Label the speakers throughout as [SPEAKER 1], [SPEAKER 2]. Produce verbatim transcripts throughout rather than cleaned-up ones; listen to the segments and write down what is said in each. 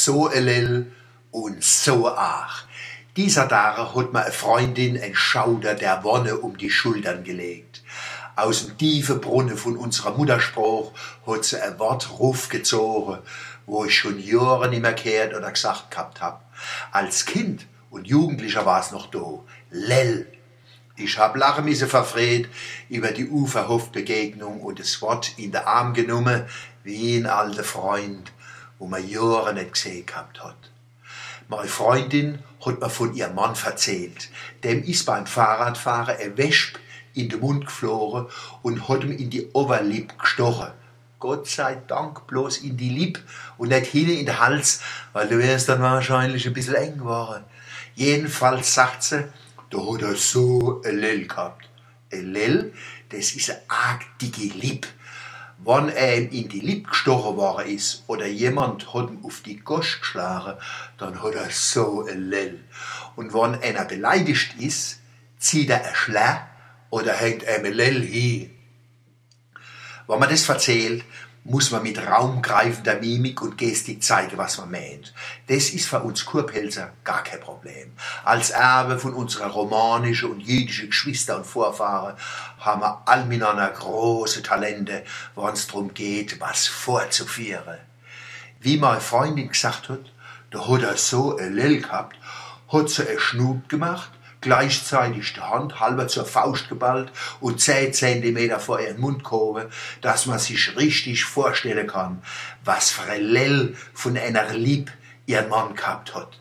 [SPEAKER 1] so elel und so ach. Dieser Tage hat mir eine Freundin ein Schauder der Wonne um die Schultern gelegt. Aus dem tiefen Brunnen von unserer Muttersprache hat sie ein Wort raufgezogen, wo ich schon Jahre nicht mehr gehört oder gesagt gehabt hab. Als Kind und Jugendlicher war es noch da. Lell. Ich hab lachen müssen verfreht über die unverhofft Begegnung und das Wort in den Arm genommen, wie ein alter Freund, wo man Jahre nicht gesehen gehabt hat. Meine Freundin hat mir von ihrem Mann erzählt. Dem ist beim Fahrradfahren ein Wesp in den Mund geflogen und hat ihm in die Oberlippe gestochen. Gott sei Dank bloß in die Lippe und nicht hinten in den Hals, weil da wär's dann wahrscheinlich ein bisschen eng geworden. Jedenfalls sagt sie, da hat er so ein Lell gehabt. Ein Lell, das ist eine arg dicke Lippe. Wenn er ihm in die Lippe gestochen worden ist oder jemand hat ihm auf die Gosch geschlagen, dann hat er so ein Lell. Und wenn einer beleidigt ist, zieht er ein Schlag oder hängt er ein Lell hin. Wenn man das erzählt, muss man mit raumgreifender Mimik und Gestik zeigen, was man meint. Das ist für uns Kurpfälzer gar kein Problem. Als Erbe von unserer romanischen und jüdischen Geschwister und Vorfahren haben wir all miteinander große Talente, wenn es darum geht, was vorzuführen. Wie meine Freundin gesagt hat, da hat er so ein Lell gehabt, hat sie ein Schnut gemacht, gleichzeitig die Hand halber zur Faust geballt und zehn Zentimeter vor ihren Mund gehoben, dass man sich richtig vorstellen kann, was für ein Lell von einer Lieb ihr Mann gehabt hat.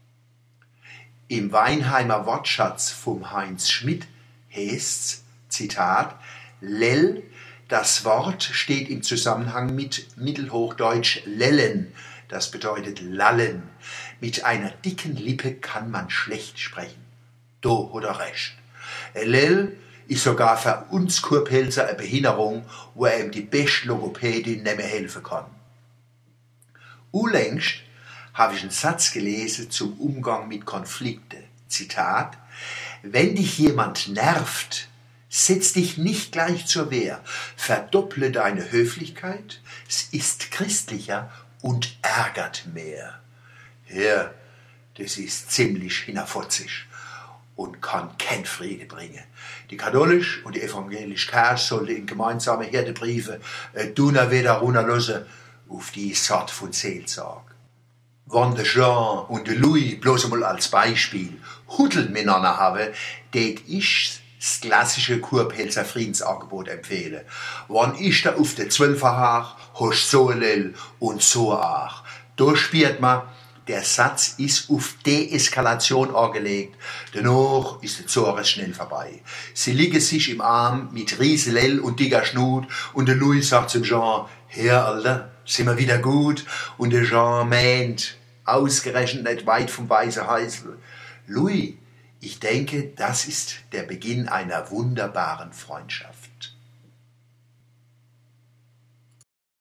[SPEAKER 1] Im Weinheimer Wortschatz vom Heinz Schmidt heißt's, Zitat, Lell, das Wort steht im Zusammenhang mit Mittelhochdeutsch lellen, das bedeutet lallen. Mit einer dicken Lippe kann man schlecht sprechen. Da hat er recht. Ein Lell ist sogar für uns Kurpfälzer eine Behinderung, wo ihm die beste Logopädin nicht mehr helfen kann. Unlängst habe ich einen Satz gelesen zum Umgang mit Konflikten. Zitat: Wenn dich jemand nervt, setz dich nicht gleich zur Wehr. Verdopple deine Höflichkeit. Es ist christlicher und ärgert mehr. Ja, das ist ziemlich hinterfotzig und kann keinen Frieden bringen. Die katholische und die evangelische Kirche sollte in gemeinsame Hirtebriefe äh, «Duna wieder runterlassen» auf die Sorte von Seelsorge. Wenn der Jean und der Louis, bloß einmal als Beispiel, Hudeln miteinander haben, tät ich das klassische Kurpfälzer Friedensangebot empfehlen. Wenn ich da auf der Zwölfer hach, hast so ein Lell und so ach. Da spürt man, der Satz ist auf Deeskalation angelegt. Danach ist der Zores schnell vorbei. Sie liegen sich im Arm mit Rieselell und dicker Schnut und der Louis sagt zum Jean, Herr Alter, sind wir wieder gut? Und der Jean meint, ausgerechnet nicht weit vom weißen Heißel, Louis, ich denke, das ist der Beginn einer wunderbaren Freundschaft.